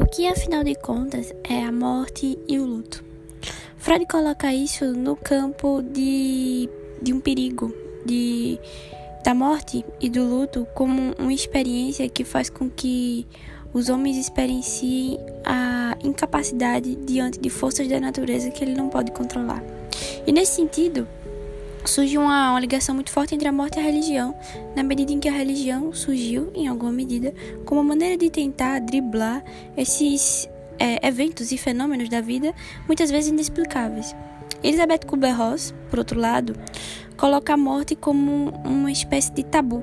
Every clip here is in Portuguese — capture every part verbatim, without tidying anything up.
O que, afinal de contas, é a morte e o luto? Freud coloca isso no campo de, de um perigo, de, da morte e do luto como uma experiência que faz com que os homens experienciem a incapacidade diante de forças da natureza que ele não pode controlar. E nesse sentido, surge uma, uma ligação muito forte entre a morte e a religião, na medida em que a religião surgiu, em alguma medida, como uma maneira de tentar driblar esses é, eventos e fenômenos da vida, muitas vezes inexplicáveis. Elizabeth Kubler-Ross, por outro lado, coloca a morte como uma espécie de tabu,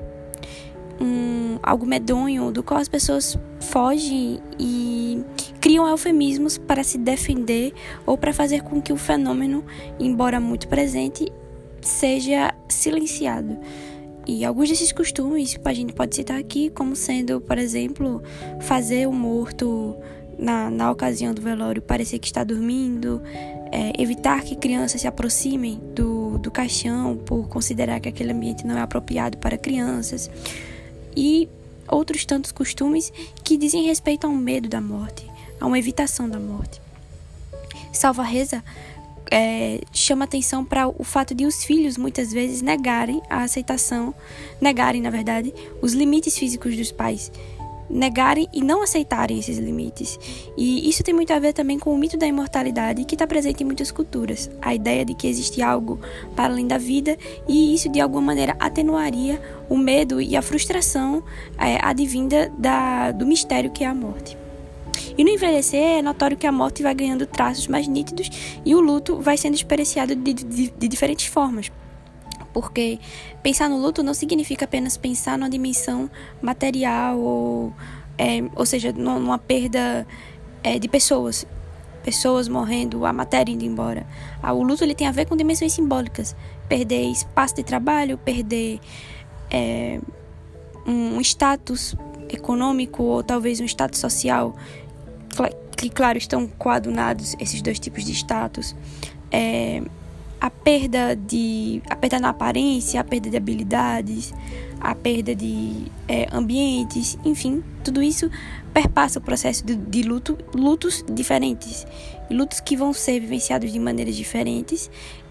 um, algo medonho do qual as pessoas fogem e criam eufemismos para se defender ou para fazer com que o fenômeno, embora muito presente, seja silenciado. E alguns desses costumes a gente pode citar aqui como sendo, por exemplo, fazer o morto na, na ocasião do velório parecer que está dormindo, é, evitar que crianças se aproximem do, do caixão por considerar que aquele ambiente não é apropriado para crianças, e outros tantos costumes que dizem respeito a um medo da morte, a uma evitação da morte. Salva-Reza É, chama atenção para o fato de os filhos muitas vezes negarem a aceitação, negarem, na verdade, os limites físicos dos pais, negarem e não aceitarem esses limites. E isso tem muito a ver também com o mito da imortalidade que está presente em muitas culturas, a ideia de que existe algo para além da vida, e isso de alguma maneira atenuaria o medo e a frustração é, advinda da, do mistério que é a morte. E no envelhecer é notório que a morte vai ganhando traços mais nítidos e o luto vai sendo experienciado de, de, de diferentes formas. Porque pensar no luto não significa apenas pensar numa dimensão material, ou, é, ou seja, numa perda é, de pessoas. Pessoas morrendo, a matéria indo embora. Ah, o luto ele tem a ver com dimensões simbólicas. Perder espaço de trabalho, perder é, um status econômico ou talvez um status social, que, claro, estão coadunados esses dois tipos de status, é, a perda de a perda na aparência, a perda de habilidades, a perda de é, ambientes, enfim, tudo isso perpassa o processo de, de luto, lutos diferentes, lutos que vão ser vivenciados de maneiras diferentes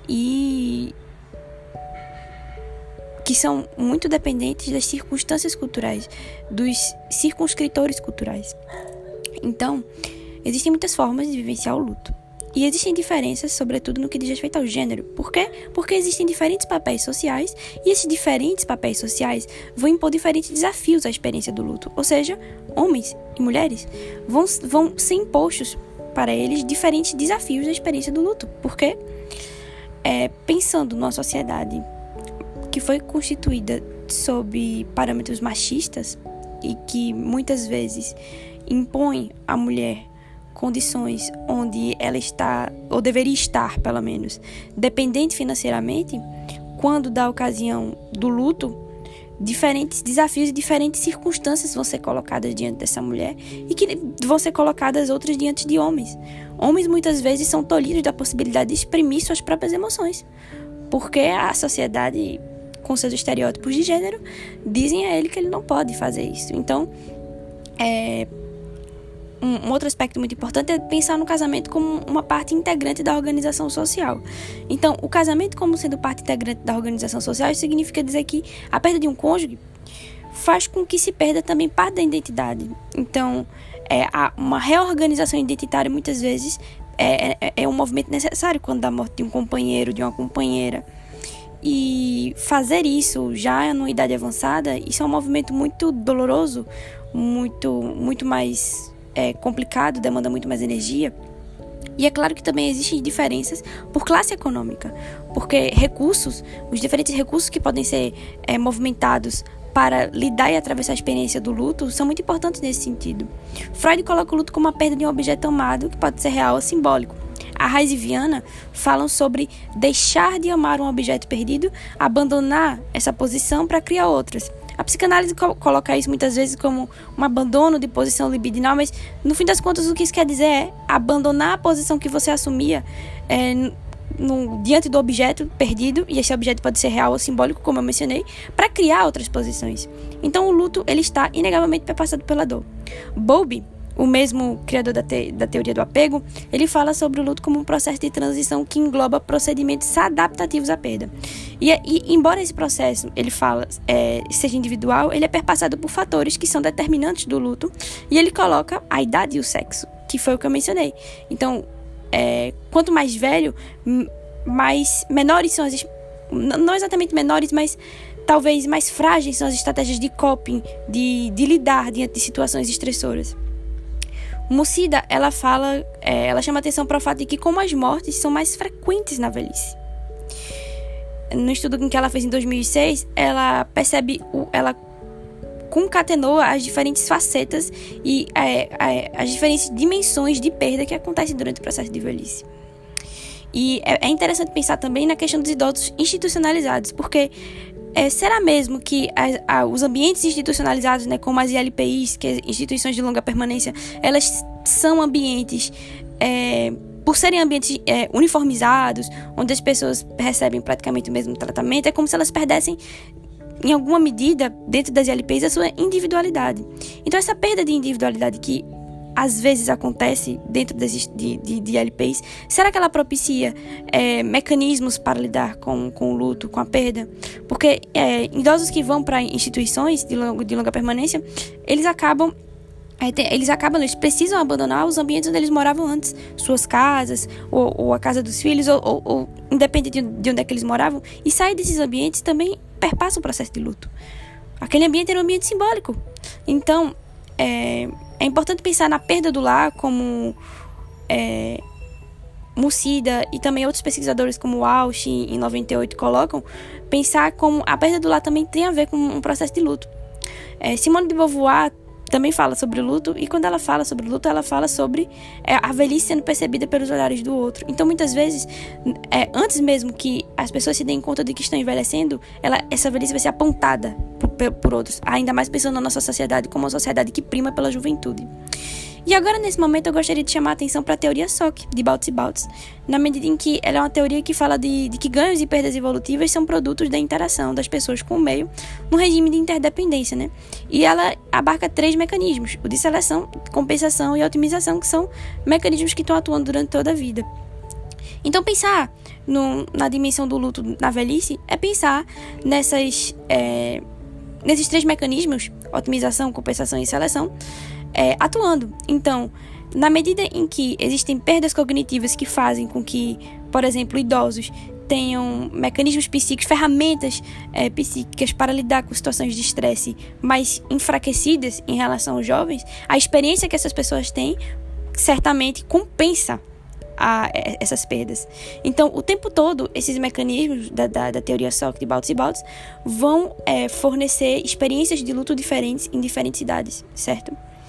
e que são muito dependentes das circunstâncias culturais, dos circunscritores culturais. Então, existem muitas formas de vivenciar o luto. E existem diferenças, sobretudo no que diz respeito ao gênero. Por quê? Porque existem diferentes papéis sociais, e esses diferentes papéis sociais vão impor diferentes desafios à experiência do luto. Ou seja, homens e mulheres vão, vão ser impostos para eles diferentes desafios da experiência do luto. Por quê? É, pensando numa sociedade que foi constituída sob parâmetros machistas e que muitas vezes impõe à mulher condições onde ela está, ou deveria estar, pelo menos, dependente financeiramente, quando da ocasião do luto, diferentes desafios e diferentes circunstâncias vão ser colocadas diante dessa mulher e que vão ser colocadas outras diante de homens. Homens muitas vezes são tolhidos da possibilidade de exprimir suas próprias emoções, porque a sociedade, com seus estereótipos de gênero, dizem a ele que ele não pode fazer isso. Então, é, um, um outro aspecto muito importante é pensar no casamento como uma parte integrante da organização social. Então, o casamento como sendo parte integrante da organização social, isso significa dizer que a perda de um cônjuge faz com que se perda também parte da identidade. Então, é, uma reorganização identitária, muitas vezes, é, é, é um movimento necessário quando dá a morte de um companheiro, de uma companheira. E fazer isso já numa idade avançada, isso é um movimento muito doloroso, muito, muito mais é, complicado, demanda muito mais energia. E é claro que também existem diferenças por classe econômica, porque recursos, os diferentes recursos que podem ser é, movimentados para lidar e atravessar a experiência do luto são muito importantes nesse sentido. Freud coloca o luto como a perda de um objeto amado, que pode ser real ou simbólico. A Raiz e Viana falam sobre deixar de amar um objeto perdido, abandonar essa posição para criar outras. A psicanálise co- coloca isso muitas vezes como um abandono de posição libidinal, mas no fim das contas o que isso quer dizer é abandonar a posição que você assumia é, no, diante do objeto perdido, e esse objeto pode ser real ou simbólico, como eu mencionei, para criar outras posições. Então o luto ele está inegavelmente perpassado pela dor. Bowlby, o mesmo criador da, te, da teoria do apego, ele fala sobre o luto como um processo de transição que engloba procedimentos adaptativos à perda. E, e embora esse processo, ele fala, é, seja individual, ele é perpassado por fatores que são determinantes do luto, e ele coloca a idade e o sexo, que foi o que eu mencionei. Então, é, quanto mais velho, mais menores são as... Não exatamente menores, mas talvez mais frágeis são as estratégias de coping, de, de lidar diante de situações estressoras. Mucida, ela fala, é, ela chama atenção para o fato de que como as mortes são mais frequentes na velhice. No estudo que ela fez em dois mil e seis, ela percebe, ela concatenou as diferentes facetas e é, é, as diferentes dimensões de perda que acontecem durante o processo de velhice. E é, é interessante pensar também na questão dos idosos institucionalizados, porque É, será mesmo que as, a, os ambientes institucionalizados, né, como as I L P Is, que é instituições de longa permanência, elas são ambientes, é, por serem ambientes é, uniformizados, onde as pessoas recebem praticamente o mesmo tratamento, é como se elas perdessem, em alguma medida, dentro das I L P Is, a sua individualidade. Então, essa perda de individualidade que às vezes acontece dentro das, de, de, de I L P Is, será que ela propicia é, mecanismos para lidar com, com o luto, com a perda? Porque é, idosos que vão para instituições de, long, de longa permanência, eles acabam, é, tem, eles acabam, eles precisam abandonar os ambientes onde eles moravam antes, suas casas, ou, ou a casa dos filhos, ou, ou, ou independente de onde é que eles moravam, e sair desses ambientes também perpassa o processo de luto. Aquele ambiente era um ambiente simbólico. Então, é, é importante pensar na perda do lar como é, Mucida e também outros pesquisadores como Walsh em noventa e oito colocam, pensar como a perda do lar também tem a ver com um processo de luto. É, Simone de Beauvoir também fala sobre o luto, e quando ela fala sobre o luto, ela fala sobre é, a velhice sendo percebida pelos olhares do outro. Então, muitas vezes, é, antes mesmo que as pessoas se deem conta de que estão envelhecendo, ela, essa velhice vai ser apontada por, por outros, ainda mais pensando na nossa sociedade como uma sociedade que prima pela juventude. E agora, nesse momento, eu gostaria de chamar a atenção para a teoria S O C, de Baltz e Baltz, na medida em que ela é uma teoria que fala de, de que ganhos e perdas evolutivas são produtos da interação das pessoas com o meio num regime de interdependência, né? E ela abarca três mecanismos: o de seleção, compensação e otimização, que são mecanismos que estão atuando durante toda a vida. Então, pensar no, na dimensão do luto na velhice é pensar nessas, é, nesses três mecanismos, otimização, compensação e seleção, É, atuando. Então, na medida em que existem perdas cognitivas que fazem com que, por exemplo, idosos tenham mecanismos psíquicos, ferramentas é, psíquicas para lidar com situações de estresse mais enfraquecidas em relação aos jovens, a experiência que essas pessoas têm certamente compensa a, a, essas perdas. Então, o tempo todo, esses mecanismos da, da, da teoria S O C de Baltz e Baltz vão é, fornecer experiências de luto diferentes em diferentes idades, certo?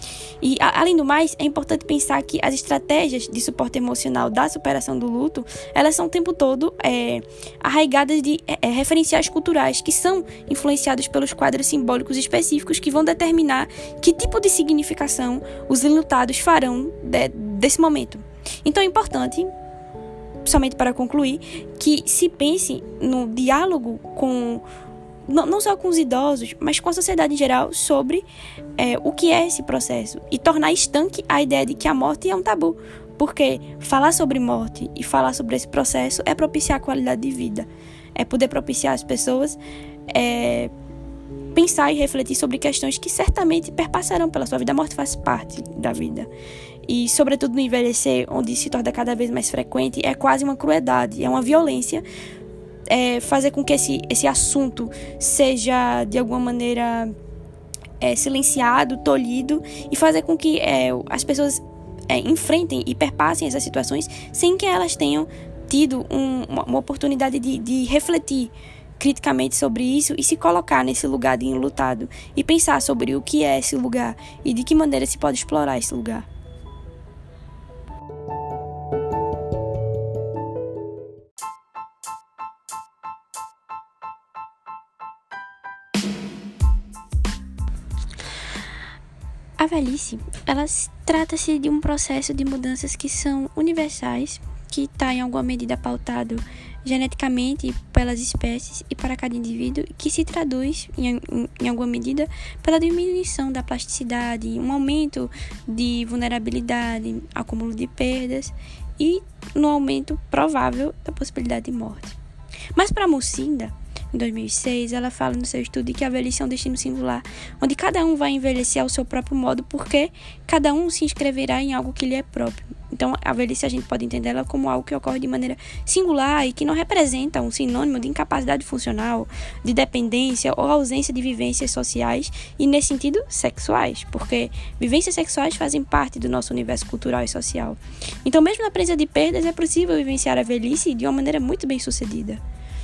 E, além do mais, é importante pensar que as estratégias de suporte emocional da superação do luto, elas são o tempo todo é, arraigadas de é, referenciais culturais que são influenciados pelos quadros simbólicos específicos que vão determinar que tipo de significação os enlutados farão de, desse momento. Então, é importante, somente para concluir, que se pense no diálogo com Não, não só com os idosos, mas com a sociedade em geral, sobre é, o que é esse processo. E tornar estanque a ideia de que a morte é um tabu. Porque falar sobre morte e falar sobre esse processo é propiciar a qualidade de vida. É poder propiciar as pessoas é, pensar e refletir sobre questões que certamente perpassarão pela sua vida. A morte faz parte da vida. E, sobretudo, no envelhecer, onde se torna cada vez mais frequente, é quase uma crueldade, é uma violência. É, fazer com que esse, esse assunto seja, de alguma maneira, é, silenciado, tolhido, e fazer com que é, as pessoas é, enfrentem e perpassem essas situações sem que elas tenham tido um, uma, uma oportunidade de, de refletir criticamente sobre isso e se colocar nesse lugar de enlutado e pensar sobre o que é esse lugar e de que maneira se pode explorar esse lugar. A velhice, ela trata-se de um processo de mudanças que são universais, que está em alguma medida pautado geneticamente pelas espécies e para cada indivíduo, que se traduz, em, em, em alguma medida, pela diminuição da plasticidade, um aumento de vulnerabilidade, acúmulo de perdas e no aumento provável da possibilidade de morte. Mas para Mucinda, em dois mil e seis, ela fala no seu estudo que a velhice é um destino singular, onde cada um vai envelhecer ao seu próprio modo, porque cada um se inscreverá em algo que lhe é próprio. Então, a velhice a gente pode entender ela como algo que ocorre de maneira singular e que não representa um sinônimo de incapacidade funcional, de dependência ou ausência de vivências sociais e, nesse sentido, sexuais, porque vivências sexuais fazem parte do nosso universo cultural e social. Então, mesmo na presença de perdas, é possível vivenciar a velhice de uma maneira muito bem sucedida.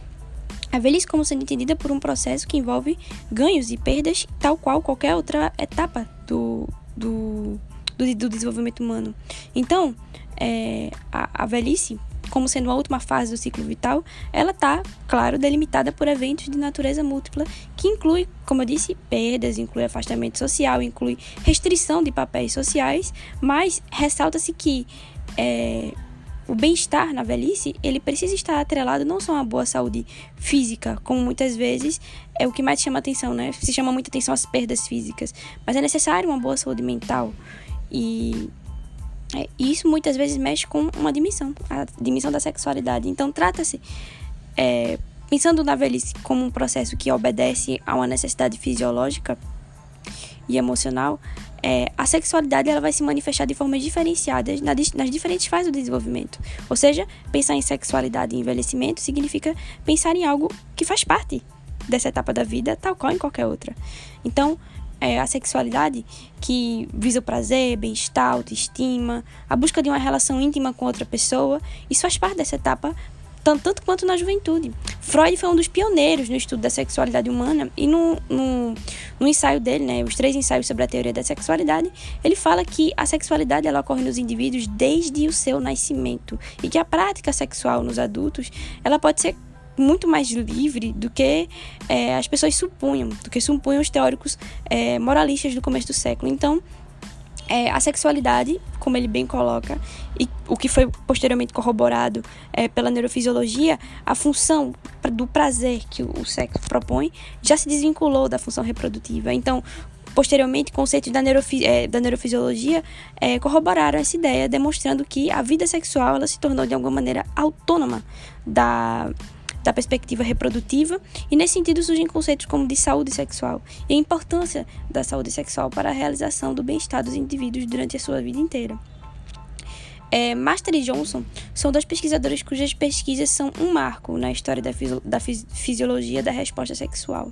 A velhice como sendo entendida por um processo que envolve ganhos e perdas, tal qual qualquer outra etapa do, do, do, do desenvolvimento humano. Então, é, a, a velhice, como sendo a última fase do ciclo vital, ela está, claro, delimitada por eventos de natureza múltipla, que inclui, como eu disse, perdas, inclui afastamento social, inclui restrição de papéis sociais, mas ressalta-se que é, o bem-estar na velhice, ele precisa estar atrelado não só a uma boa saúde física, como muitas vezes é o que mais chama atenção, né? Se chama muita atenção às perdas físicas, mas é necessário uma boa saúde mental. E é, isso muitas vezes mexe com uma dimensão, a dimensão da sexualidade. Então, trata-se, é, pensando na velhice como um processo que obedece a uma necessidade fisiológica e emocional, É, a sexualidade ela vai se manifestar de formas diferenciadas nas, nas diferentes fases do desenvolvimento. Ou seja, pensar em sexualidade e envelhecimento significa pensar em algo que faz parte dessa etapa da vida, tal qual em qualquer outra. Então, é, a sexualidade que visa o prazer, bem-estar, autoestima, a busca de uma relação íntima com outra pessoa, isso faz parte dessa etapa tanto, tanto quanto na juventude. Freud foi um dos pioneiros no estudo da sexualidade humana e no, no, no ensaio dele, né, os três ensaios sobre a teoria da sexualidade, ele fala que a sexualidade ela ocorre nos indivíduos desde o seu nascimento e que a prática sexual nos adultos ela pode ser muito mais livre do que é, as pessoas supunham, do que supunham os teóricos é, moralistas do começo do século. Então, É, a sexualidade, como ele bem coloca, e o que foi posteriormente corroborado é, pela neurofisiologia, a função do prazer que o sexo propõe já se desvinculou da função reprodutiva. Então, posteriormente, conceitos da, neurofi- é, da neurofisiologia é, corroboraram essa ideia, demonstrando que a vida sexual ela se tornou, de alguma maneira, autônoma da... da perspectiva reprodutiva, e nesse sentido surgem conceitos como de saúde sexual e a importância da saúde sexual para a realização do bem-estar dos indivíduos durante a sua vida inteira. É, Master e Johnson são dois pesquisadores cujas pesquisas são um marco na história da, fisi- da fisi- fisiologia da resposta sexual.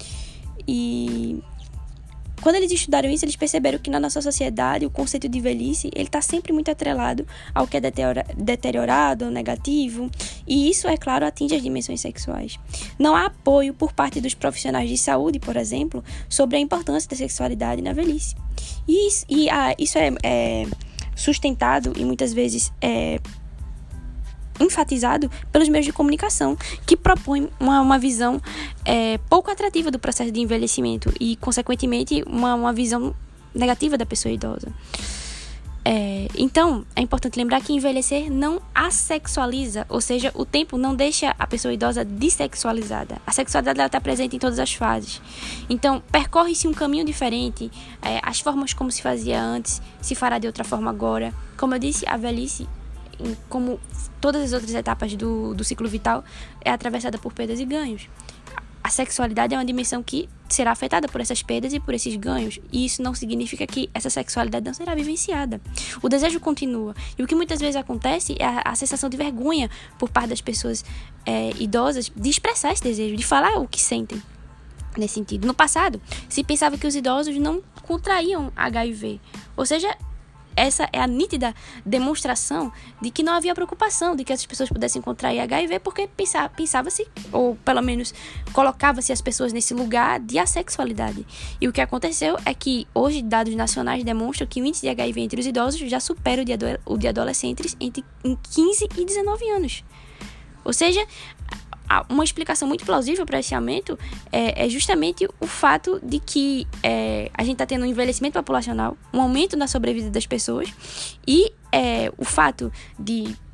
E quando eles estudaram isso, eles perceberam que na nossa sociedade o conceito de velhice ele está sempre muito atrelado ao que é deteriora- deteriorado, negativo, e isso, é claro, atinge as dimensões sexuais. Não há apoio por parte dos profissionais de saúde, por exemplo, sobre a importância da sexualidade na velhice. E, isso, e ah, isso é, é sustentado e muitas vezes é enfatizado pelos meios de comunicação, que propõem uma, uma visão é, pouco atrativa do processo de envelhecimento e, consequentemente, uma, uma visão negativa da pessoa idosa. É, então, é importante lembrar que envelhecer não assexualiza, ou seja, o tempo não deixa a pessoa idosa dessexualizada. A sexualidade está presente em todas as fases. Então, percorre-se um caminho diferente, é, as formas como se fazia antes, se fará de outra forma agora. Como eu disse, a velhice, como todas as outras etapas do, do ciclo vital, é atravessada por perdas e ganhos. A sexualidade é uma dimensão que será afetada por essas perdas e por esses ganhos, e isso não significa que essa sexualidade não será vivenciada. O desejo continua, e o que muitas vezes acontece é a, a sensação de vergonha por parte das pessoas é, idosas de expressar esse desejo, de falar o que sentem nesse sentido. No passado, se pensava que os idosos não contraíam H I V, ou seja, essa é a nítida demonstração de que não havia preocupação de que essas pessoas pudessem contrair H I V, porque pensava, pensava-se, ou pelo menos colocava-se as pessoas nesse lugar de assexualidade. E o que aconteceu é que hoje dados nacionais demonstram que o índice de H I V entre os idosos já supera o de, ado- o de adolescentes entre quinze e dezenove anos. Ou seja, uma explicação muito plausível para esse aumento é, é justamente o fato de que é, a gente está tendo um envelhecimento populacional, um aumento na sobrevida das pessoas, e é, o fato de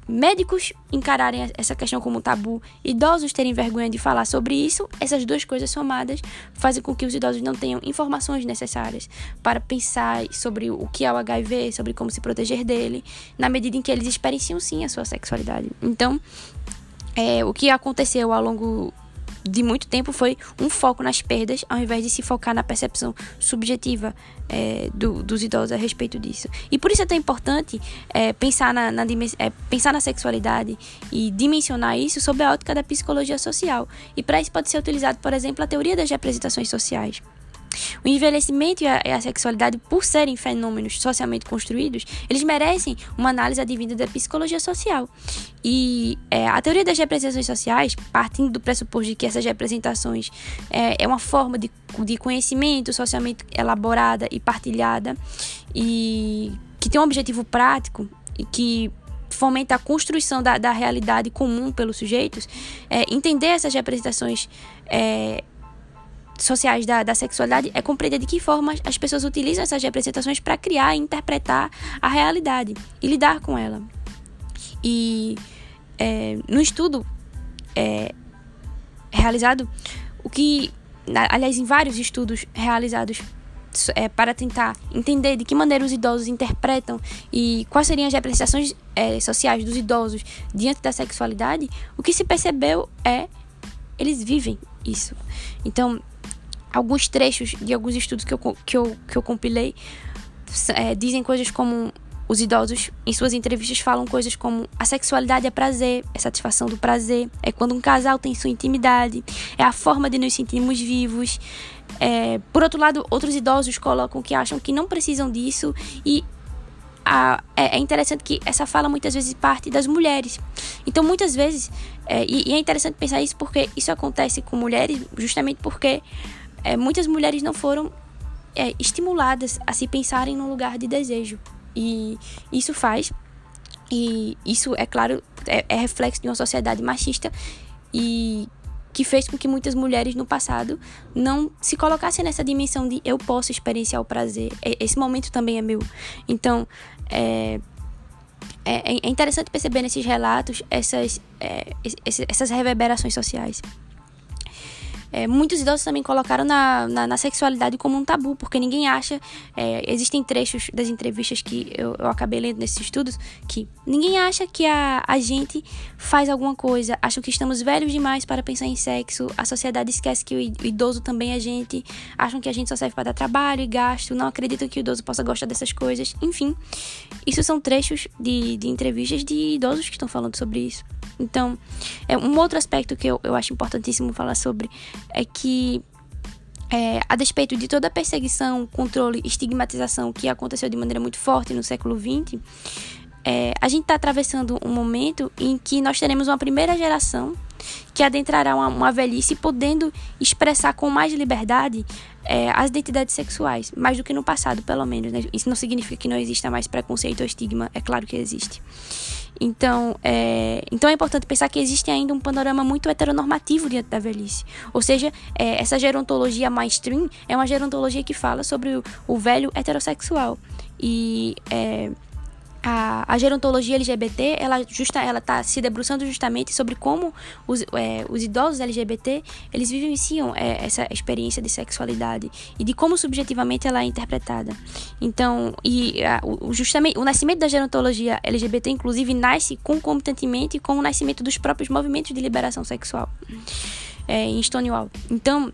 médicos encararem essa questão como um tabu, idosos terem vergonha de falar sobre isso, essas duas coisas somadas fazem com que os idosos não tenham informações necessárias para pensar sobre o que é o H I V, sobre como se proteger dele, na medida em que eles experienciam sim a sua sexualidade. Então, é, o que aconteceu ao longo de muito tempo foi um foco nas perdas, ao invés de se focar na percepção subjetiva é, do, dos idosos a respeito disso. E por isso é tão importante é, pensar, na, na, é, pensar na sexualidade e dimensionar isso sob a ótica da psicologia social. E para isso pode ser utilizado, por exemplo, a teoria das representações sociais. O envelhecimento e a, e a sexualidade, por serem fenômenos socialmente construídos, eles merecem uma análise advinda da psicologia social. E é, a teoria das representações sociais, partindo do pressuposto de que essas representações é, é uma forma de, de conhecimento socialmente elaborada e partilhada, e que tem um objetivo prático e que fomenta a construção da, da realidade comum pelos sujeitos, é, entender essas representações é, sociais da, da sexualidade é compreender de que forma as pessoas utilizam essas representações para criar e interpretar a realidade e lidar com ela. E é, no estudo é, realizado, o que, aliás, em vários estudos realizados é, para tentar entender de que maneira os idosos interpretam e quais seriam as representações é, sociais dos idosos diante da sexualidade, o que se percebeu é eles vivem isso. Então, alguns trechos de alguns estudos que eu, que eu, que eu compilei é, dizem coisas como: os idosos, em suas entrevistas, falam coisas como: a sexualidade é prazer, é satisfação do prazer, é quando um casal tem sua intimidade, é a forma de nos sentirmos vivos. É, por outro lado, outros idosos colocam que acham que não precisam disso, e a, é, é interessante que essa fala muitas vezes parte das mulheres. Então, muitas vezes, é, e, e é interessante pensar isso porque isso acontece com mulheres justamente porque É, muitas mulheres não foram é, estimuladas a se pensarem num lugar de desejo. E isso faz, e isso, é claro, é, é reflexo de uma sociedade machista e que fez com que muitas mulheres no passado não se colocassem nessa dimensão de eu posso experienciar o prazer, esse momento também é meu. Então, é, é, é interessante perceber nesses relatos essas, é, essas reverberações sociais. É, muitos idosos também colocaram na, na, na sexualidade como um tabu, porque ninguém acha, é, existem trechos das entrevistas que eu, eu acabei lendo nesses estudos, que ninguém acha que a, a gente faz alguma coisa, acham que estamos velhos demais para pensar em sexo, a sociedade esquece que o idoso também é gente, acham que a gente só serve para dar trabalho e gasto, não acreditam que o idoso possa gostar dessas coisas, enfim, isso são trechos de, de entrevistas de idosos que estão falando sobre isso. Então, é, um outro aspecto que eu, eu acho importantíssimo falar sobre é que, é, a despeito de toda a perseguição, controle e estigmatização que aconteceu de maneira muito forte no século vinte, é, a gente está atravessando um momento em que nós teremos uma primeira geração que adentrará uma, uma velhice podendo expressar com mais liberdade é, as identidades sexuais, mais do que no passado, pelo menos, né? Isso não significa que não exista mais preconceito ou estigma, é claro que existe. Então é, então é importante pensar que existe ainda um panorama muito heteronormativo diante da velhice. Ou seja, é, essa gerontologia mainstream é uma gerontologia que fala sobre o, o velho heterossexual. E é, a, a gerontologia L G B T, ela justa, ela está se debruçando justamente sobre como os, é, os idosos L G B T, eles vivenciam é, essa experiência de sexualidade e de como subjetivamente ela é interpretada. Então, e a, o, justamente, o nascimento da gerontologia L G B T, inclusive, nasce concomitantemente com o nascimento dos próprios movimentos de liberação sexual é, em Stonewall. Então,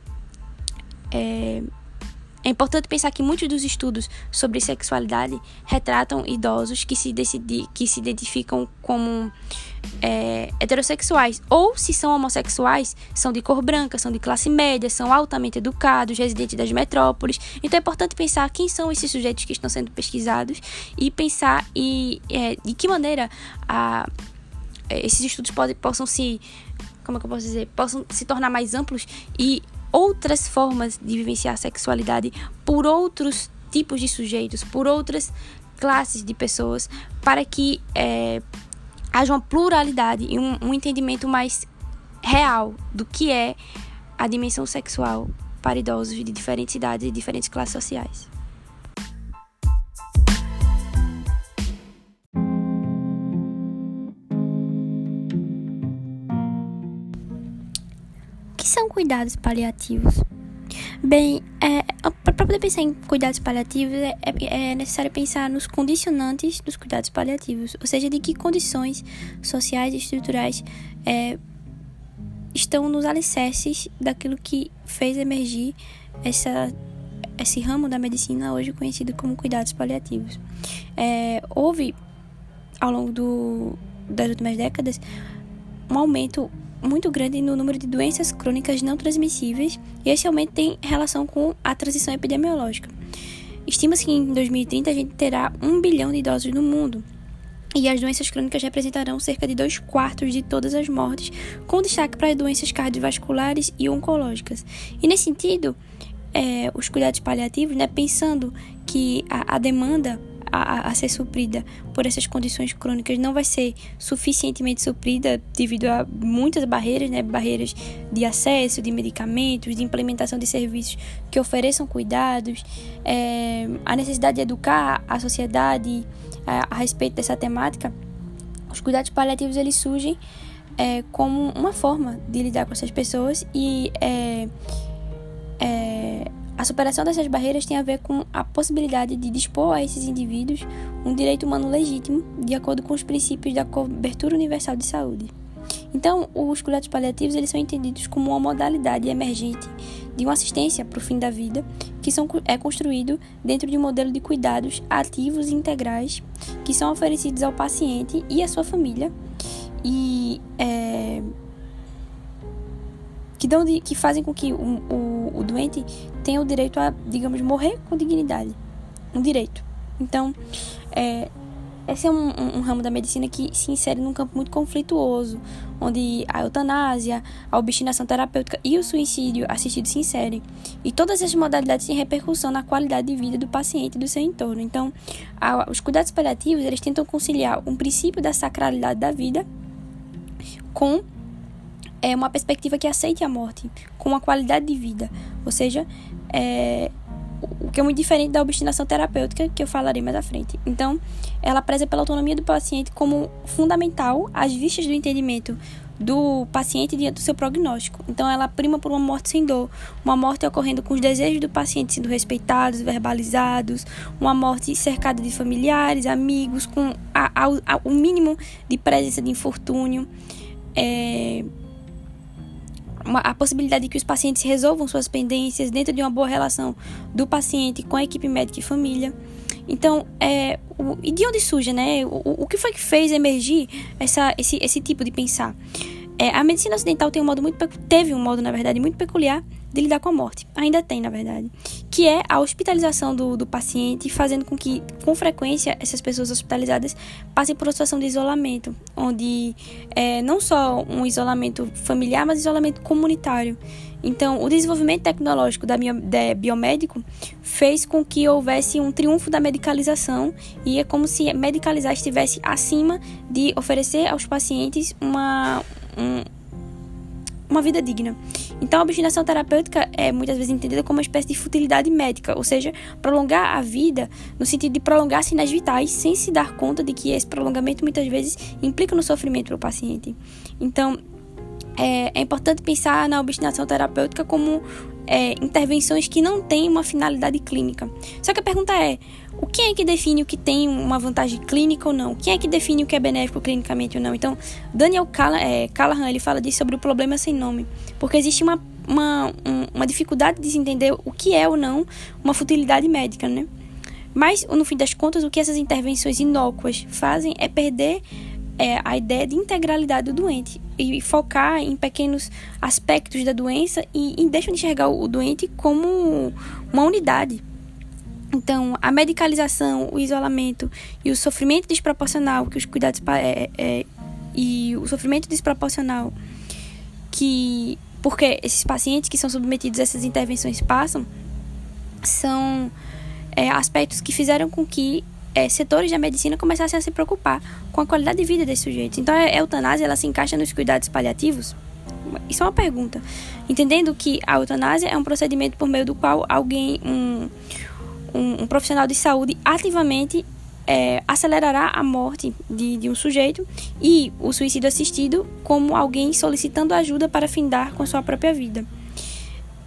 é... É importante pensar que muitos dos estudos sobre sexualidade retratam idosos que se, decidi, que se identificam como é, heterossexuais. Ou, se são homossexuais, são de cor branca, são de classe média, são altamente educados, residentes das metrópoles. Então é importante pensar quem são esses sujeitos que estão sendo pesquisados e pensar e, é, de que maneira a, esses estudos podem, possam se... Como é que eu posso dizer? Possam se tornar mais amplos e outras formas de vivenciar a sexualidade por outros tipos de sujeitos, por outras classes de pessoas, para que é, haja uma pluralidade e um, um entendimento mais real do que é a dimensão sexual para idosos de diferentes idades e diferentes classes sociais. cuidados paliativos? Bem, é, para poder pensar em cuidados paliativos, é, é necessário pensar nos condicionantes dos cuidados paliativos, ou seja, de que condições sociais e estruturais é, estão nos alicerces daquilo que fez emergir essa, esse ramo da medicina hoje conhecido como cuidados paliativos. É, houve, ao longo do, das últimas décadas, um aumento muito grande no número de doenças crônicas não transmissíveis, e esse aumento tem relação com a transição epidemiológica. Estima-se que em dois mil e trinta a gente terá um bilhão de idosos no mundo, e as doenças crônicas representarão cerca de dois quartos de todas as mortes, com destaque para as doenças cardiovasculares e oncológicas. E nesse sentido, é, os cuidados paliativos, né, pensando que a, a demanda A, a ser suprida por essas condições crônicas não vai ser suficientemente suprida devido a muitas barreiras, né, barreiras de acesso, de medicamentos, de implementação de serviços que ofereçam cuidados, é, a necessidade de educar a sociedade a, a respeito dessa temática. Os cuidados paliativos eles surgem é, como uma forma de lidar com essas pessoas e é, é, a superação dessas barreiras tem a ver com a possibilidade de dispor a esses indivíduos um direito humano legítimo, de acordo com os princípios da cobertura universal de saúde. Então, os cuidados paliativos eles são entendidos como uma modalidade emergente de uma assistência para o fim da vida, que são, é construído dentro de um modelo de cuidados ativos e integrais que são oferecidos ao paciente e à sua família e é, que, dão de, que fazem com que o, o, o doente tenha o direito a, digamos, morrer com dignidade. Um direito. Então, é, esse é um, um, um ramo da medicina que se insere num campo muito conflituoso, onde a eutanásia, a obstinação terapêutica e o suicídio assistido se inserem. E todas essas modalidades têm repercussão na qualidade de vida do paciente e do seu entorno. Então, a, os cuidados paliativos, eles tentam conciliar um princípio da sacralidade da vida com é uma perspectiva que aceite a morte com uma qualidade de vida, ou seja, é, o que é muito diferente da obstinação terapêutica, que eu falarei mais à frente. Então, ela preza pela autonomia do paciente como fundamental às vistas do entendimento do paciente diante do seu prognóstico. Então, ela prima por uma morte sem dor, uma morte ocorrendo com os desejos do paciente sendo respeitados, verbalizados, uma morte cercada de familiares, amigos, com a, a, a, o mínimo de presença de infortúnio, é... Uma, a possibilidade de que os pacientes resolvam suas pendências dentro de uma boa relação do paciente com a equipe médica e família. Então, é, o, e de onde surge, né? O, o que foi que fez emergir essa, esse, esse tipo de pensar? É, a medicina ocidental tem um modo muito, teve um modo, na verdade, muito peculiar de lidar com a morte. Ainda tem, na verdade. Que é a hospitalização do, do paciente, fazendo com que, com frequência, essas pessoas hospitalizadas passem por uma situação de isolamento, onde é, não só um isolamento familiar, mas isolamento comunitário. Então, o desenvolvimento tecnológico da, da biomédico fez com que houvesse um triunfo da medicalização, e é como se medicalizar estivesse acima de oferecer aos pacientes uma... Um, uma vida digna. Então, a obstinação terapêutica é muitas vezes entendida como uma espécie de futilidade médica, ou seja, prolongar a vida no sentido de prolongar sinais vitais sem se dar conta de que esse prolongamento muitas vezes implica no sofrimento para o paciente. Então, é, é importante pensar na obstinação terapêutica como é, intervenções que não têm uma finalidade clínica. Só que a pergunta é, o que é que define o que tem uma vantagem clínica ou não? Quem é que define o que é benéfico clinicamente ou não? Então, Daniel Callahan, é, Callahan ele fala disso sobre o problema sem nome, porque existe uma, uma, um, uma dificuldade de se entender o que é ou não uma futilidade médica, né? Mas, no fim das contas, o que essas intervenções inócuas fazem é perder é, a ideia de integralidade do doente e focar em pequenos aspectos da doença e, e deixam de enxergar o doente como uma unidade. Então, a medicalização, o isolamento e o sofrimento desproporcional que os cuidados é, é, e o sofrimento desproporcional que porque esses pacientes que são submetidos a essas intervenções passam são é, aspectos que fizeram com que é, setores da medicina começassem a se preocupar com a qualidade de vida desses sujeitos. Então, a eutanásia ela se encaixa nos cuidados paliativos? Isso é uma pergunta. Entendendo que a eutanásia é um procedimento por meio do qual alguém, um Um, um profissional de saúde ativamente é, acelerará a morte de, de um sujeito, e o suicídio assistido como alguém solicitando ajuda para findar com sua própria vida.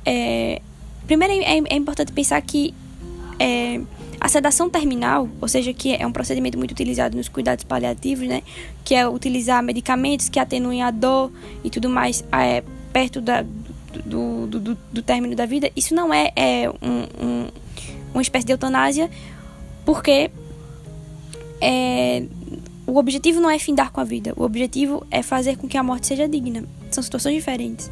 é, primeiro é, é importante pensar que é, a sedação terminal, ou seja, que é um procedimento muito utilizado nos cuidados paliativos, né, que é utilizar medicamentos que atenuem a dor e tudo mais é, perto da, do, do, do, do término da vida, isso não é, é um, um, uma espécie de eutanásia, porque é, o objetivo não é findar com a vida, o objetivo é fazer com que a morte seja digna. São situações diferentes.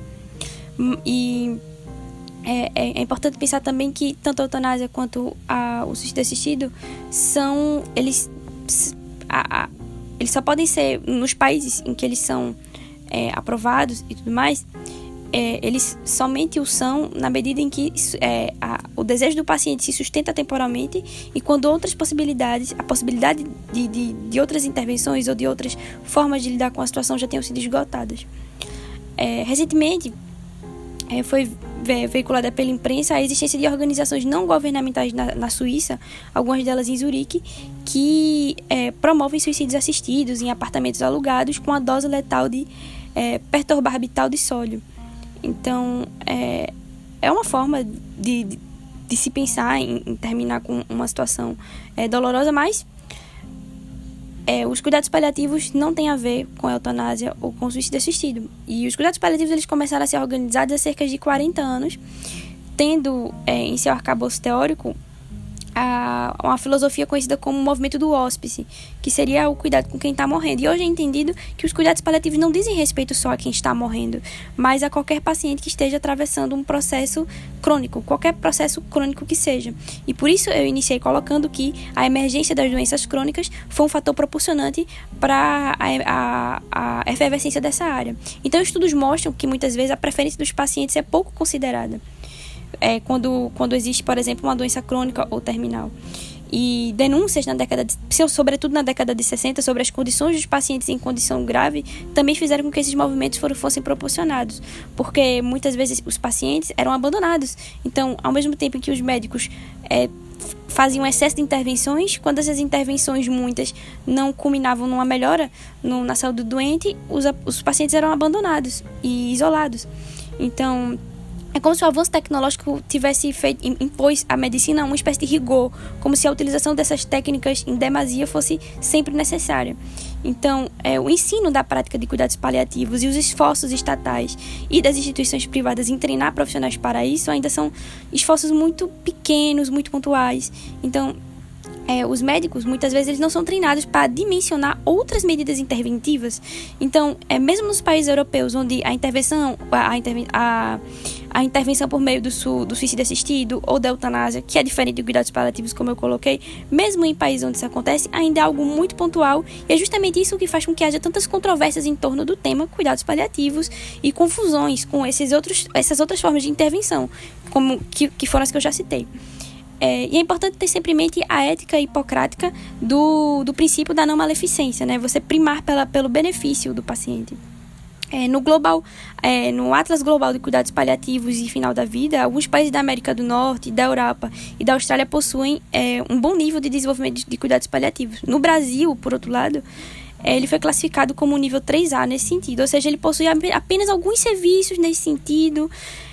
E é, é, é importante pensar também que tanto a eutanásia quanto a, o suicídio assistido são, eles, a, a, eles só podem ser, nos países em que eles são é, aprovados e tudo mais, é, eles somente o são na medida em que é, a, o desejo do paciente se sustenta temporalmente e quando outras possibilidades, a possibilidade de, de, de outras intervenções ou de outras formas de lidar com a situação já tenham sido esgotadas. É, recentemente, é, foi ve- veiculada pela imprensa a existência de organizações não governamentais na, na Suíça, algumas delas em Zurique, que é, promovem suicídios assistidos em apartamentos alugados com a dose letal de é, pertorbarbital de sódio. Então, é, é uma forma de, de, de se pensar em, em terminar com uma situação é, dolorosa, mas é, os cuidados paliativos não têm a ver com a eutanásia ou com o suicídio assistido. E os cuidados paliativos eles começaram a ser organizados há cerca de quarenta anos, tendo é, em seu arcabouço teórico a, uma filosofia conhecida como o movimento do hóspice, que seria o cuidado com quem está morrendo. E hoje é entendido que os cuidados paliativos não dizem respeito só a quem está morrendo, mas a qualquer paciente que esteja atravessando um processo crônico, qualquer processo crônico que seja. E por isso eu iniciei colocando que a emergência das doenças crônicas foi um fator proporcionante para a, a, a efervescência dessa área. Então, estudos mostram que muitas vezes a preferência dos pacientes é pouco considerada. É, quando, quando existe, por exemplo, uma doença crônica ou terminal. E denúncias, na década de, sobretudo na década de sessenta, sobre as condições dos pacientes em condição grave, também fizeram com que esses movimentos foram, fossem proporcionados, porque muitas vezes os pacientes eram abandonados. Então, ao mesmo tempo que os médicos é, faziam excesso de intervenções, quando essas intervenções, muitas, não culminavam numa melhora no, na saúde do doente, os, os pacientes eram abandonados e isolados. Então, é como se o avanço tecnológico tivesse feito, impôs à medicina uma espécie de rigor, como se a utilização dessas técnicas em demasia fosse sempre necessária. Então, é, o ensino da prática de cuidados paliativos e os esforços estatais e das instituições privadas em treinar profissionais para isso ainda são esforços muito pequenos, muito pontuais. Então, É, os médicos, muitas vezes, eles não são treinados para dimensionar outras medidas interventivas. Então, é, mesmo nos países europeus, onde a intervenção, a, a, interven- a, a intervenção por meio do, su, do suicídio assistido ou da eutanásia, que é diferente de cuidados paliativos, como eu coloquei, mesmo em países onde isso acontece, ainda é algo muito pontual, e é justamente isso que faz com que haja tantas controvérsias em torno do tema cuidados paliativos e confusões com esses outros, essas outras formas de intervenção, como, que, que foram as que eu já citei. É, e é importante ter sempre em mente a ética hipocrática do, do princípio da não maleficência, né? Você primar pela, pelo benefício do paciente. É, no, global, é, no Atlas Global de Cuidados Paliativos e Final da Vida, alguns países da América do Norte, da Europa e da Austrália possuem é, um bom nível de desenvolvimento de, de cuidados paliativos. No Brasil, por outro lado, é, ele foi classificado como nível três A nesse sentido, ou seja, ele possui apenas alguns serviços nesse sentido.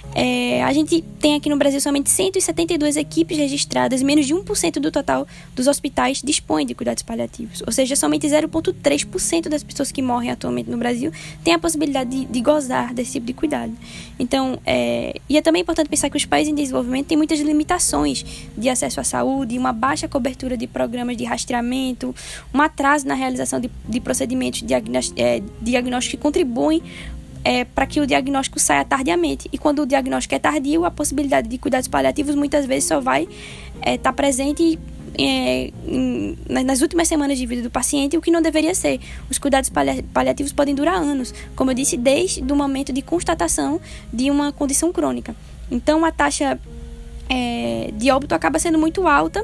É, a gente tem aqui no Brasil somente cento e setenta e duas equipes registradas, menos de um por cento do total dos hospitais dispõem de cuidados paliativos, ou seja, somente zero vírgula três por cento das pessoas que morrem atualmente no Brasil têm a possibilidade de, de gozar desse tipo de cuidado. Então, é, e é também importante pensar que os países em desenvolvimento têm muitas limitações de acesso à saúde, uma baixa cobertura de programas de rastreamento, um atraso na realização de, de procedimentos diagnósticos é, diagnóstico que contribuem É, para que o diagnóstico saia tardiamente. E quando o diagnóstico é tardio, a possibilidade de cuidados paliativos muitas vezes só vai estar é, tá presente é, em, nas últimas semanas de vida do paciente, o que não deveria ser. Os cuidados pali- paliativos podem durar anos, como eu disse, desde o momento de constatação de uma condição crônica. Então, a taxa é, de óbito acaba sendo muito alta.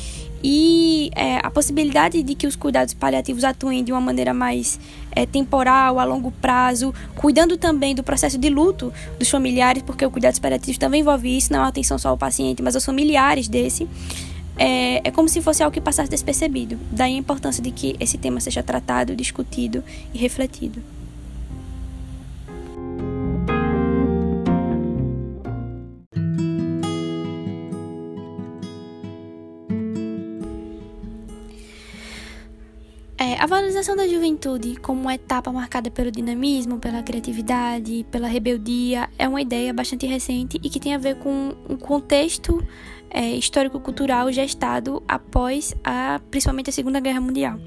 E é, a possibilidade de que os cuidados paliativos atuem de uma maneira mais é, temporal, a longo prazo, cuidando também do processo de luto dos familiares, porque o cuidados paliativos também envolve isso, não é uma atenção só ao paciente, mas aos familiares desse, é, é como se fosse algo que passasse despercebido. Daí a importância de que esse tema seja tratado, discutido e refletido. É, a valorização da juventude como uma etapa marcada pelo dinamismo, pela criatividade, pela rebeldia, é uma ideia bastante recente e que tem a ver com um contexto é, histórico-cultural gestado após, a, principalmente, a Segunda Guerra Mundial.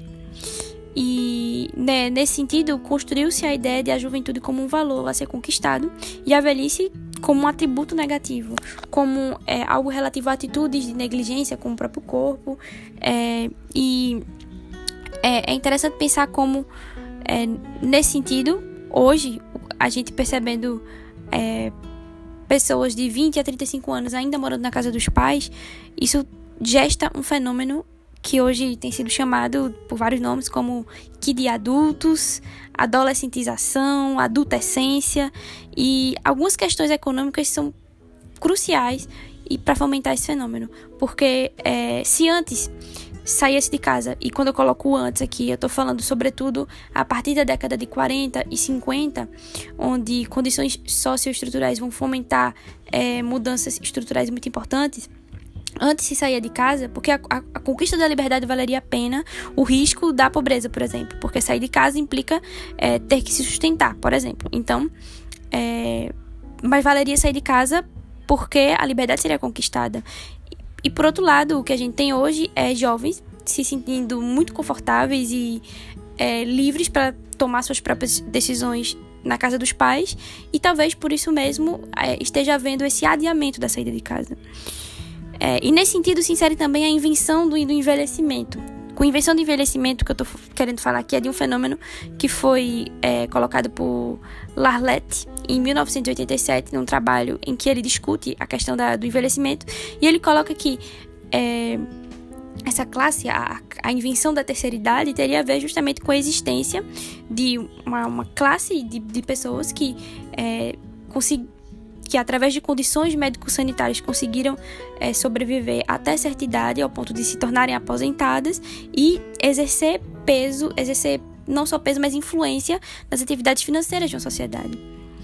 E, né, nesse sentido, construiu-se a ideia de a juventude como um valor a ser conquistado e a velhice como um atributo negativo, como é, algo relativo a atitudes de negligência com o próprio corpo. É, e é, é interessante pensar como, é, nesse sentido, hoje, a gente percebendo é, pessoas de vinte a trinta e cinco anos ainda morando na casa dos pais, isso gesta um fenômeno que hoje tem sido chamado por vários nomes, como kid adultos, adolescentização, adultescência, e algumas questões econômicas são cruciais para fomentar esse fenômeno. Porque é, se antes saísse de casa, e quando eu coloco o antes aqui, eu estou falando sobretudo a partir da década de quarenta e cinquenta, onde condições socioestruturais vão fomentar é, mudanças estruturais muito importantes. Antes se saía de casa, porque a, a, a conquista da liberdade valeria a pena o risco da pobreza, por exemplo. Porque sair de casa implica é, ter que se sustentar, por exemplo. Então, é, mas valeria sair de casa porque a liberdade seria conquistada. E, e, por outro lado, o que a gente tem hoje é jovens se sentindo muito confortáveis e é, livres para tomar suas próprias decisões na casa dos pais. E talvez por isso mesmo é, esteja havendo esse adiamento da saída de casa. É, e nesse sentido se insere também a invenção do, do envelhecimento. Com a invenção do envelhecimento, que eu estou querendo falar aqui, é de um fenômeno que foi é, colocado por Larlet em mil novecentos e oitenta e sete, num trabalho em que ele discute a questão da, do envelhecimento, e ele coloca que é, essa classe, a, a invenção da terceira idade, teria a ver justamente com a existência de uma, uma classe de, de pessoas que é, conseguiram que através de condições médico-sanitárias conseguiram é, sobreviver até certa idade, ao ponto de se tornarem aposentadas e exercer peso, exercer não só peso, mas influência nas atividades financeiras de uma sociedade.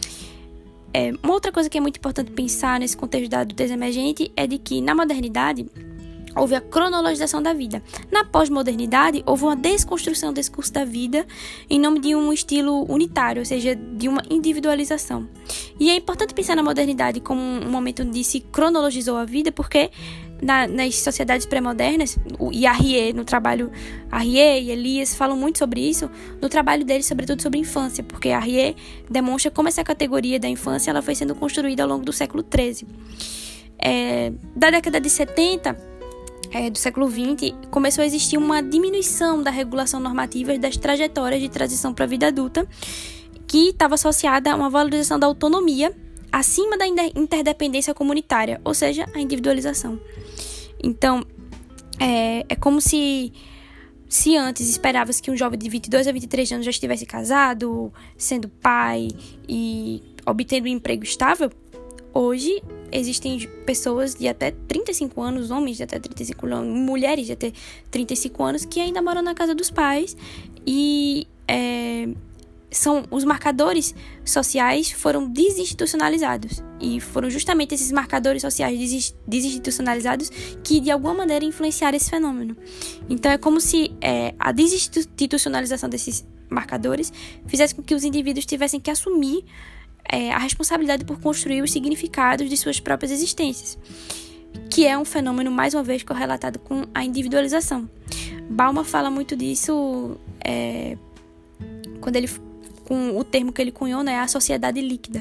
É, uma outra coisa que é muito importante pensar nesse contexto da adultez emergente é de que, na modernidade, houve a cronologização da vida. Na pós-modernidade, houve uma desconstrução desse curso da vida em nome de um estilo unitário, ou seja, de uma individualização. E é importante pensar na modernidade como um momento onde se cronologizou a vida, porque na, nas sociedades pré-modernas, e Arrier, no trabalho, Arrier e Elias falam muito sobre isso, no trabalho deles, sobretudo sobre infância, porque Arrier demonstra como essa categoria da infância ela foi sendo construída ao longo do século treze. É, da década de setenta, É, do século vinte, começou a existir uma diminuição da regulação normativa das trajetórias de transição para a vida adulta, que estava associada a uma valorização da autonomia acima da interdependência comunitária, ou seja, a individualização. Então, é, é como se, se antes esperava-se que um jovem de vinte e dois a vinte e três anos já estivesse casado, sendo pai e obtendo um emprego estável. Hoje, existem pessoas de até trinta e cinco anos, homens de até trinta e cinco anos, mulheres de até trinta e cinco anos que ainda moram na casa dos pais e é, são, os marcadores sociais foram desinstitucionalizados. E foram justamente esses marcadores sociais desinstitucionalizados que, de alguma maneira, influenciaram esse fenômeno. Então, é como se é, a desinstitucionalização desses marcadores fizesse com que os indivíduos tivessem que assumir É, a responsabilidade por construir os significados de suas próprias existências, que é um fenômeno, mais uma vez, correlatado com a individualização. Bauman fala muito disso é, quando ele, com o termo que ele cunhou, né, a sociedade líquida.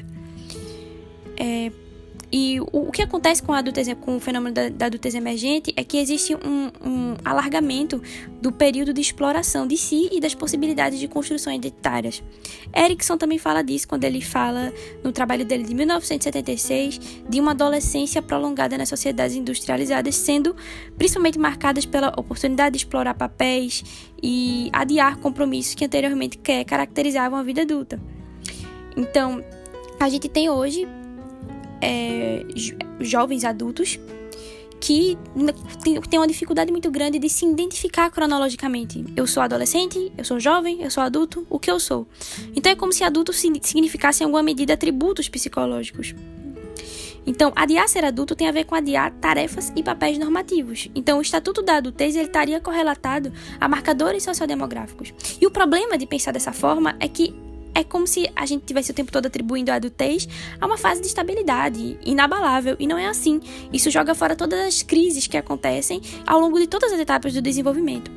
É, e o, o que acontece com, a adultez, com o fenômeno da, da adultez emergente é que existe um, um alargamento do período de exploração de si e das possibilidades de construção identitárias. Erikson também fala disso quando ele fala, no trabalho dele de mil novecentos e setenta e seis, de uma adolescência prolongada nas sociedades industrializadas, sendo principalmente marcadas pela oportunidade de explorar papéis e adiar compromissos que anteriormente caracterizavam a vida adulta. Então, a gente tem hoje É, jovens adultos que têm uma dificuldade muito grande de se identificar cronologicamente. Eu sou adolescente, eu sou jovem, eu sou adulto, o que eu sou? Então é como se adulto significasse em alguma medida atributos psicológicos. Então, adiar ser adulto tem a ver com adiar tarefas e papéis normativos. Então, o Estatuto da Adultez ele estaria correlatado a marcadores sociodemográficos. E o problema de pensar dessa forma é que é como se a gente tivesse o tempo todo atribuindo a adultez a uma fase de estabilidade inabalável, e não é assim. Isso joga fora todas as crises que acontecem ao longo de todas as etapas do desenvolvimento.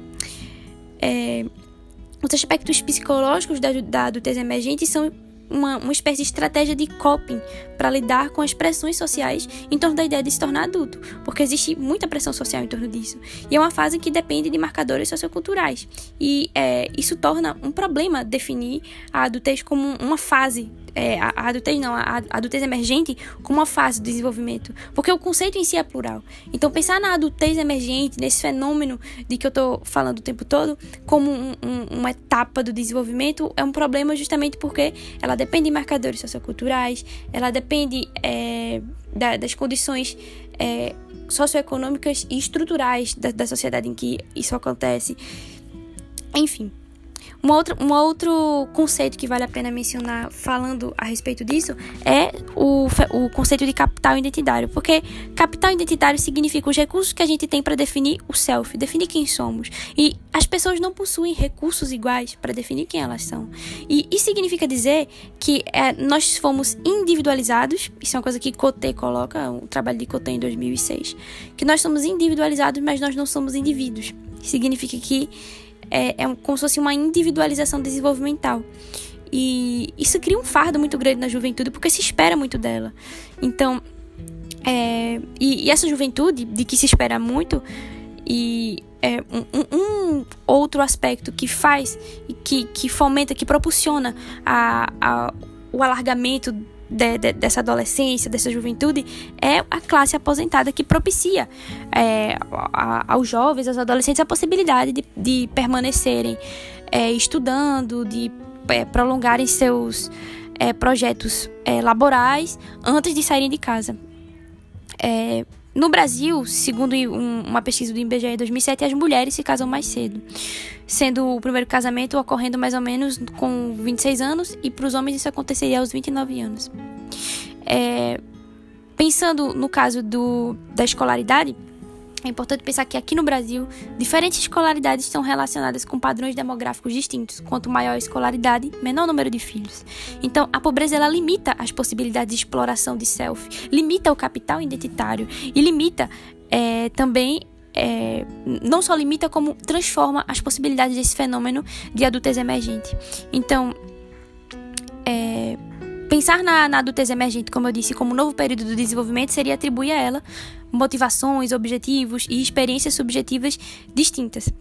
É, os aspectos psicológicos da, da adultez emergente são uma, uma espécie de estratégia de coping para lidar com as pressões sociais em torno da ideia de se tornar adulto, porque existe muita pressão social em torno disso. E é uma fase que depende de marcadores socioculturais. E é, isso torna um problema definir a adultez como uma fase, é, a, a adultez não, a, a adultez emergente como uma fase do desenvolvimento, porque o conceito em si é plural. Então, pensar na adultez emergente, nesse fenômeno de que eu estou falando o tempo todo, como um, um, uma etapa do desenvolvimento, é um problema justamente porque ela depende de marcadores socioculturais, ela depende é, da, das condições é, socioeconômicas e estruturais da, da sociedade em que isso acontece. Enfim, um outro, um outro conceito que vale a pena mencionar falando a respeito disso é o, o conceito de capital identitário, porque capital identitário significa os recursos que a gente tem para definir o self, definir quem somos, e as pessoas não possuem recursos iguais para definir quem elas são, e isso significa dizer que é, nós fomos individualizados. Isso é uma coisa que Coté coloca, o trabalho de Coté em dois mil e seis, que nós somos individualizados, mas nós não somos indivíduos. Significa que É, é como se fosse uma individualização desenvolvimental. E isso cria um fardo muito grande na juventude, porque se espera muito dela. Então, é, e, e essa juventude, de que se espera muito, e é, um, um outro aspecto que faz, que, que fomenta, que propulsiona a, a, o alargamento De, de, dessa adolescência, dessa juventude, é a classe aposentada, que propicia é, a, a, aos jovens, aos adolescentes, a possibilidade de, de permanecerem é, estudando, de é, prolongarem seus é, projetos é, laborais antes de saírem de casa. É, no Brasil, segundo um, uma pesquisa do I B G E em dois mil e sete, as mulheres se casam mais cedo, sendo o primeiro casamento ocorrendo mais ou menos com vinte e seis anos, e para os homens isso aconteceria aos vinte e nove anos. É, pensando no caso do, da escolaridade, é importante pensar que aqui no Brasil, diferentes escolaridades estão relacionadas com padrões demográficos distintos. Quanto maior a escolaridade, menor o número de filhos. Então, a pobreza ela limita as possibilidades de exploração de self, limita o capital identitário e limita é, também, é, não só limita, como transforma as possibilidades desse fenômeno de adultez emergente. Então, é, pensar na, na adultez emergente, como eu disse, como um novo período do desenvolvimento, seria atribuir a ela motivações, objetivos e experiências subjetivas distintas.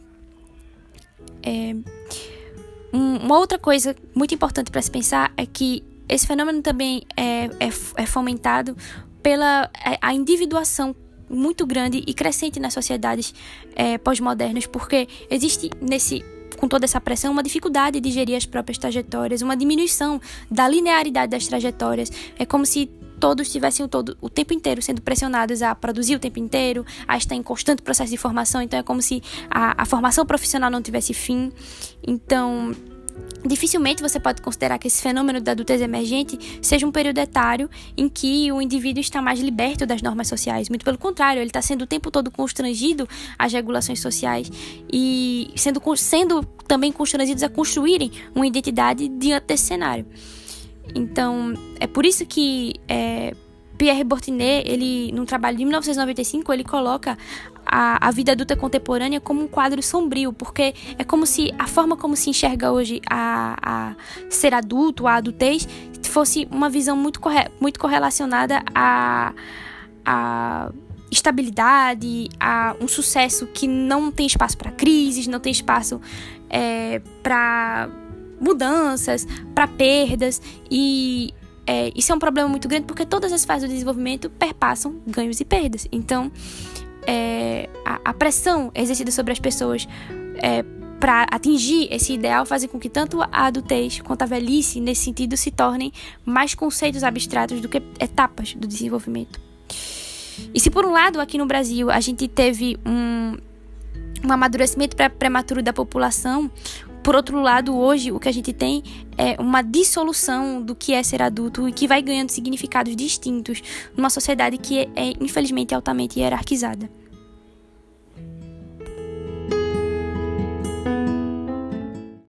É, um, uma outra coisa muito importante para se pensar é que esse fenômeno também é, é, é fomentado pela a individuação muito grande e crescente nas sociedades é, pós-modernas, porque existe nesse com toda essa pressão, uma dificuldade de gerir as próprias trajetórias, uma diminuição da linearidade das trajetórias. É como se todos estivessem o, todo, o tempo inteiro sendo pressionados a produzir o tempo inteiro, a estar em constante processo de formação. Então, é como se a, a formação profissional não tivesse fim. Então, dificilmente você pode considerar que esse fenômeno da adultez emergente seja um período etário em que o indivíduo está mais liberto das normas sociais. Muito pelo contrário, ele está sendo o tempo todo constrangido às regulações sociais e sendo, sendo também constrangidos a construírem uma identidade diante desse cenário. Então, é por isso que é, Pierre Bourdieu, ele, num trabalho de mil novecentos e noventa e cinco, ele coloca a, a vida adulta contemporânea como um quadro sombrio, porque é como se a forma como se enxerga hoje a, a ser adulto, a adultez, fosse uma visão muito, corre, muito correlacionada a, a estabilidade, a um sucesso que não tem espaço para crises, não tem espaço é, para mudanças, para perdas, e é, isso é um problema muito grande porque todas as fases do desenvolvimento perpassam ganhos e perdas. Então, é, a, a pressão exercida sobre as pessoas é, para atingir esse ideal faz com que tanto a adultez quanto a velhice, nesse sentido, se tornem mais conceitos abstratos do que etapas do desenvolvimento. E se por um lado, aqui no Brasil, a gente teve um, um amadurecimento prematuro da população por outro lado, hoje, o que a gente tem é uma dissolução do que é ser adulto e que vai ganhando significados distintos numa sociedade que é, é infelizmente, altamente hierarquizada.